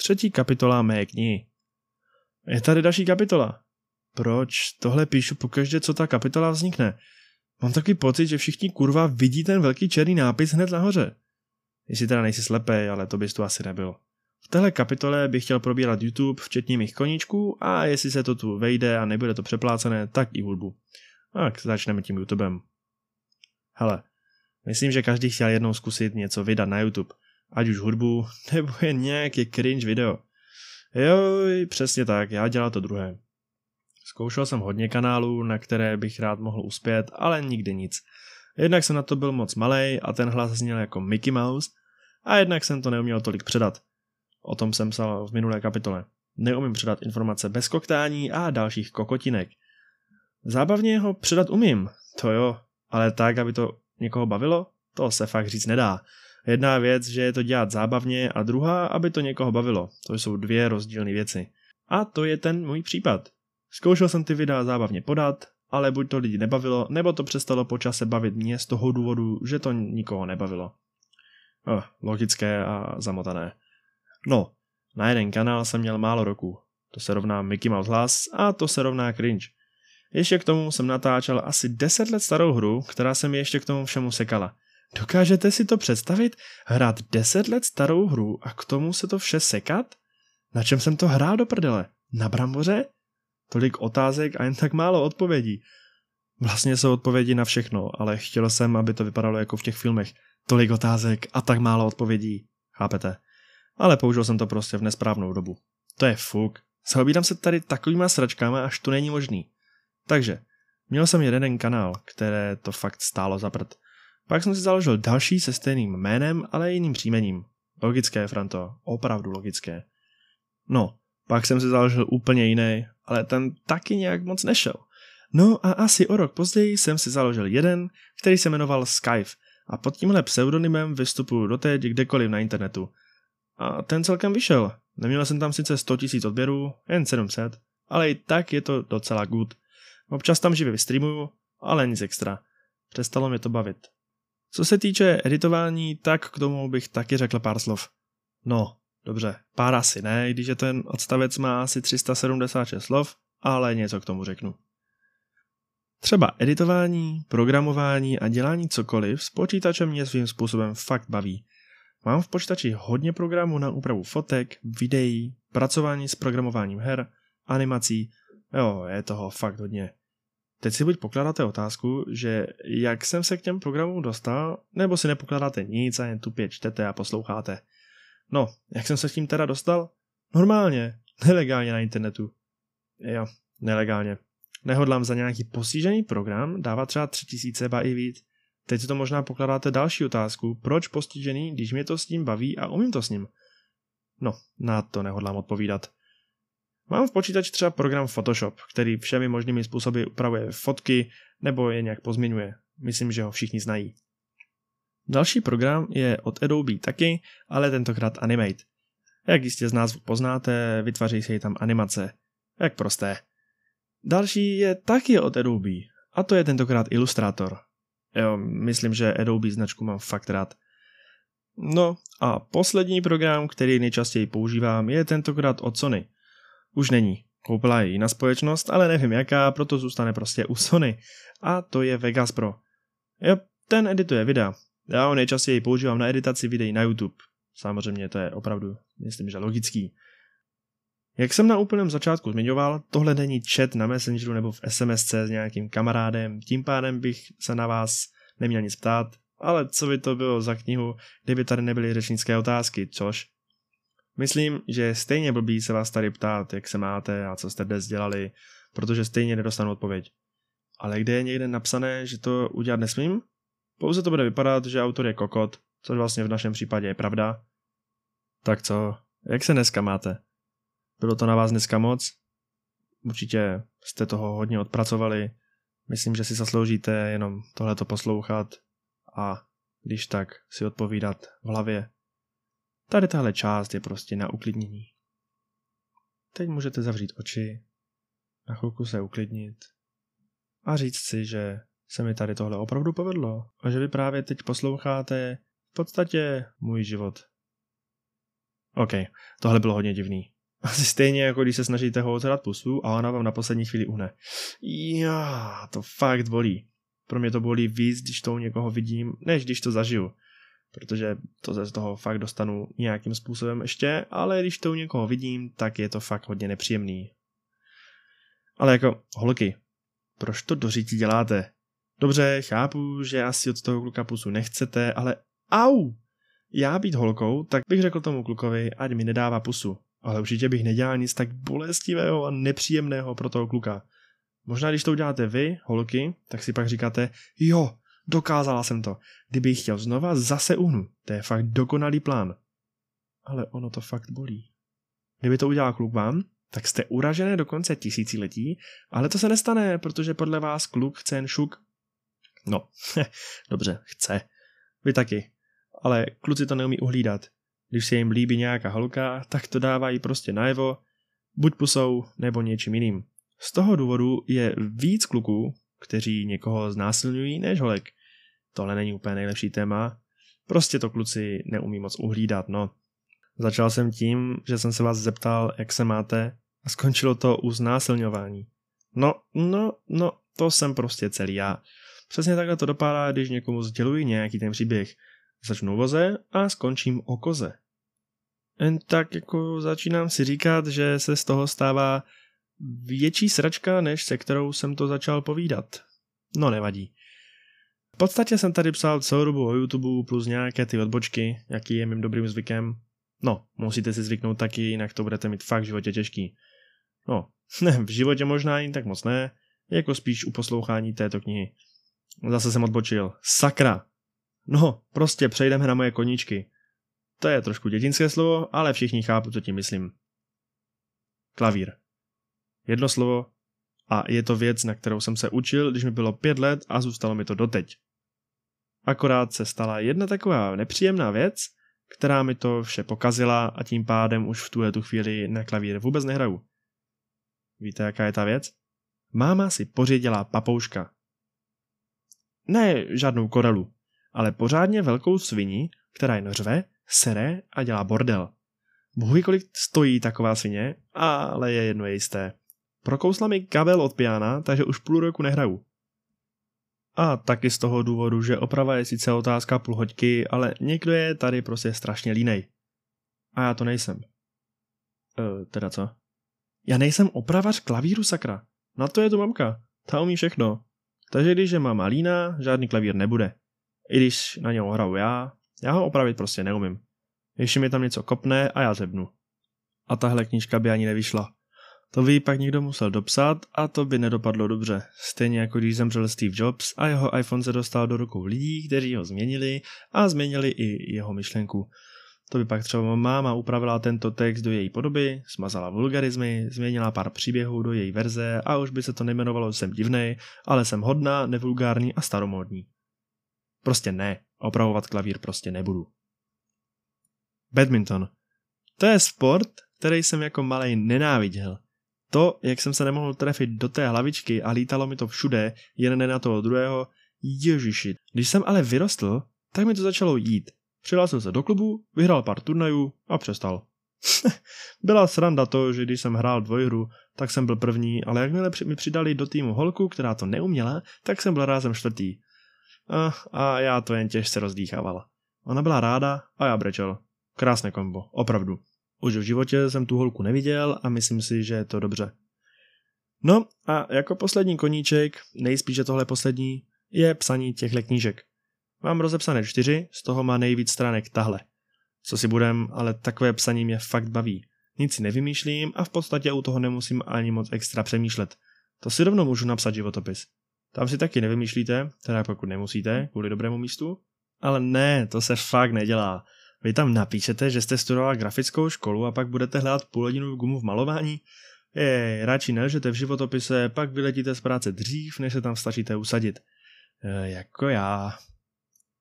3. kapitola mé knihy. Je tady další kapitola. Proč tohle píšu pokaždé, co ta kapitola vznikne? Mám takový pocit, že všichni kurva vidí ten velký černý nápis hned nahoře. Jestli teda nejsi slepej, ale to bys tu asi nebyl. V téhle kapitole bych chtěl probírat YouTube, včetně mých koníčků, a jestli se to tu vejde a nebude to přeplácené, tak i hudbu. Tak začneme tím YouTubem. Hele, myslím, že každý chtěl jednou zkusit něco vydat na YouTube. Ať už hudbu, nebo jen nějaký cringe video. Joj, přesně tak, já dělám to druhé. Zkoušel jsem hodně kanálů, na které bych rád mohl uspět, ale nikdy nic. Jednak jsem na to byl moc malej a ten hlas zněl jako Mickey Mouse, a jednak jsem to neuměl tolik předat. O tom jsem psal v minulé kapitole. Neumím předat informace bez koktání a dalších kokotinek. Zábavně ho předat umím, to jo, ale tak, aby to někoho bavilo, to se fakt říct nedá. Jedna věc, že je to dělat zábavně, a druhá, aby to někoho bavilo. To jsou dvě rozdílné věci. A to je ten můj případ. Zkoušel jsem ty videa zábavně podat, ale buď to lidi nebavilo, nebo to přestalo po čase bavit mě z toho důvodu, že to nikoho nebavilo. Logické a zamotané. No, na jeden kanál jsem měl málo roku. To se rovná Mickey Mouse hlas a to se rovná cringe. Ještě k tomu jsem natáčel asi 10 let starou hru, která se mi ještě k tomu všemu sekala. Dokážete si to představit? Hrát 10 let starou hru a k tomu se to vše sekat? Na čem jsem to hrál do prdele? Na bramboře? Tolik otázek a jen tak málo odpovědí. Vlastně jsou odpovědi na všechno, ale chtěl jsem, aby to vypadalo jako v těch filmech. Tolik otázek a tak málo odpovědí. Chápete? Ale použil jsem to prostě v nesprávnou dobu. To je fuk. Zaobírám se tady takovýma sračkama, až to není možný. Takže, měl jsem jeden kanál, které to fakt stálo za prd. Pak jsem si založil další se stejným jménem, ale jiným příjmením. Logické, Franto, opravdu logické. No, pak jsem si založil úplně jiný, ale ten taky nějak moc nešel. No a asi o rok později jsem si založil jeden, který se jmenoval Skype, a pod tímhle pseudonymem vystupuju doteď kdekoliv na internetu. A ten celkem vyšel. Neměl jsem tam sice 100 000 odběrů, jen 700, ale i tak je to docela good. Občas tam živě vystreamuju, ale nic extra. Přestalo mě to bavit. Co se týče editování, tak k tomu bych taky řekl pár slov. No, dobře, pár asi ne, když je ten odstavec má asi 376 slov, ale něco k tomu řeknu. Třeba editování, programování a dělání cokoliv s počítačem mě svým způsobem fakt baví. Mám v počítači hodně programů na úpravu fotek, videí, pracování s programováním her, animací, jo, je toho fakt hodně. Teď si buď pokládáte otázku, že jak jsem se k těm programům dostal, nebo si nepokládáte nic a jen tupě čtete a posloucháte. No, jak jsem se s tím teda dostal? Normálně, nelegálně na internetu. Jo, nelegálně. Nehodlám za nějaký postižený program dávat třeba 3000 ba i víc. Teď si to možná pokládáte další otázku, proč postižený, když mě to s tím baví a umím to s ním. No, na to nehodlám odpovídat. Mám v počítači třeba program Photoshop, který všemi možnými způsoby upravuje fotky nebo je nějak pozměňuje. Myslím, že ho všichni znají. Další program je od Adobe taky, ale tentokrát Animate. Jak jistě z názvu poznáte, vytváří se tam animace. Jak prosté. Další je taky od Adobe, a to je tentokrát Illustrator. Jo, myslím, že Adobe značku mám fakt rád. No a poslední program, který nejčastěji používám, je tentokrát od Sony. Už není. Koupila ji jiná společnost, ale nevím jaká, proto zůstane prostě u Sony. A to je Vegas Pro. Jo, ten edituje videa. Já ho nejčastěji používám na editaci videí na YouTube. Samozřejmě to je opravdu, myslím, že logický. Jak jsem na úplném začátku zmiňoval, tohle není chat na Messengeru nebo v SMSce s nějakým kamarádem, tím pádem bych se na vás neměl nic ptát, ale co by to bylo za knihu, kdyby tady nebyly řečnické otázky, což? Myslím, že je stejně blbý se vás tady ptát, jak se máte a co jste dnes dělali, protože stejně nedostanu odpověď. Ale kde je někde napsané, že to udělat nesmím? Pouze to bude vypadat, že autor je kokot, což vlastně v našem případě je pravda. Tak co, jak se dneska máte? Bylo to na vás dneska moc? Určitě jste toho hodně odpracovali. Myslím, že si zasloužíte jenom tohleto poslouchat a když tak si odpovídat v hlavě. Tady tahle část je prostě na uklidnění. Teď můžete zavřít oči, na chvilku se uklidnit a říct si, že se mi tady tohle opravdu povedlo a že vy právě teď posloucháte v podstatě můj život. OK, tohle bylo hodně divný. Asi stejně, jako když se snažíte ho ocerat pusu a ona vám na poslední chvíli uhne. Já, to fakt bolí. Pro mě to bolí víc, když to u někoho vidím, než když to zažiju. Protože to se z toho fakt dostanu nějakým způsobem ještě, ale když to u někoho vidím, tak je to fakt hodně nepříjemný. Ale jako, holky, proč to do řítí děláte? Dobře, chápu, že asi od toho kluka pusu nechcete, ale au! Já být holkou, tak bych řekl tomu klukovi, ať mi nedává pusu. Ale určitě bych nedělal nic tak bolestivého a nepříjemného pro toho kluka. Možná když to uděláte vy, holky, tak si pak říkáte, jo, dokázala jsem to. Kdybych chtěl znova, zase uhnu. To je fakt dokonalý plán. Ale ono to fakt bolí. Kdyby to udělal kluk vám, tak jste uražené do konce tisíciletí, ale to se nestane, protože podle vás kluk chce jen šuk. No, dobře, chce. Vy taky. Ale kluci to neumí uhlídat. Když se jim líbí nějaká holka, tak to dávají prostě najevo, buď pusou, nebo něčím jiným. Z toho důvodu je víc kluků, kteří někoho znásilňují, než holek. Tohle není úplně nejlepší téma. Prostě to kluci neumí moc uhlídat, no. Začal jsem tím, že jsem se vás zeptal, jak se máte, a skončilo to u znásilňování. No, to jsem prostě celý já. Přesně takhle to dopadá, když někomu sděluji nějaký ten příběh. Začnu o voze a skončím o koze. Jen tak jako začínám si říkat, že se z toho stává větší sračka, než se kterou jsem to začal povídat. No nevadí. V podstatě jsem tady psal celou dobu o YouTube plus nějaké ty odbočky, jaký je mým dobrým zvykem. No, musíte si zvyknout taky, jinak to budete mít fakt v životě těžký. No, v životě možná ani tak moc ne, jako spíš u poslouchání této knihy. Zase jsem odbočil. Sakra! No, prostě přejdeme na moje koníčky. To je trošku dětinské slovo, ale všichni chápu, co tím myslím. Klavír. Jedno slovo a je to věc, na kterou jsem se učil, když mi bylo 5 let a zůstalo mi to doteď. Akorát se stala jedna taková nepříjemná věc, která mi to vše pokazila a tím pádem už v tuhletu chvíli na klavír vůbec nehraju. Víte, jaká je ta věc? Máma si pořídila papouška. Ne žádnou korelu, ale pořádně velkou svini, která jen řve, sere a dělá bordel. Bůh ví, kolik stojí taková svině, ale je jedno jisté. Prokousla mi kabel od piana, takže už půl roku nehraju. A taky z toho důvodu, že oprava je sice otázka půl hoďky, ale někdo je tady prostě strašně línej. A já to nejsem. Teda co? Já nejsem opravař klavíru, sakra. Na to je tu mamka. Ta umí všechno. Takže když je máma líná, žádný klavír nebude. I když na něho hraju já ho opravit prostě neumím. Ještě mi tam něco kopne a já zebnu. A tahle knížka by ani nevyšla. To by pak někdo musel dopsat a to by nedopadlo dobře. Stejně jako když zemřel Steve Jobs a jeho iPhone se dostal do rukou lidí, kteří ho změnili a změnili i jeho myšlenku. To by pak třeba máma upravila tento text do její podoby, smazala vulgarizmy, změnila pár příběhů do její verze a už by se to nejmenovalo Jsem divnej, ale jsem hodná, nevulgární a staromódní. Prostě ne, opravovat klavír prostě nebudu. Badminton. To je sport, který jsem jako malej nenáviděl. To, jak jsem se nemohl trefit do té hlavičky a lítalo mi to všude, jeden na toho druhého, ježiši. Když jsem ale vyrostl, tak mi to začalo jít. Přihlásil se do klubu, vyhrál pár turnajů a přestal. Byla sranda to, že když jsem hrál dvojhru, tak jsem byl první, ale jakmile mi přidali do týmu holku, která to neuměla, tak jsem byl rázem 4. A já to jen těžce rozdýchávala. Ona byla ráda a já brečel. Krásné kombo, opravdu. Už v životě jsem tu holku neviděl a myslím si, že je to dobře. No a jako poslední koníček, nejspíš tohle poslední, je psaní těchto knížek. Mám rozepsané 4, z toho má nejvíc stránek tahle. Co si budem, ale takové psaní mě fakt baví. Nic si nevymýšlím a v podstatě u toho nemusím ani moc extra přemýšlet. To si rovnou můžu napsat životopis. Tam si taky nevymýšlíte, teda pokud nemusíte, kvůli dobrému místu. Ale ne, to se fakt nedělá. Vy tam napíšete, že jste studovala grafickou školu a pak budete hledat půl hodinu gumu v malování? Radši nelžete v životopise, pak vyletíte z práce dřív, než se tam stačíte usadit. Jako já.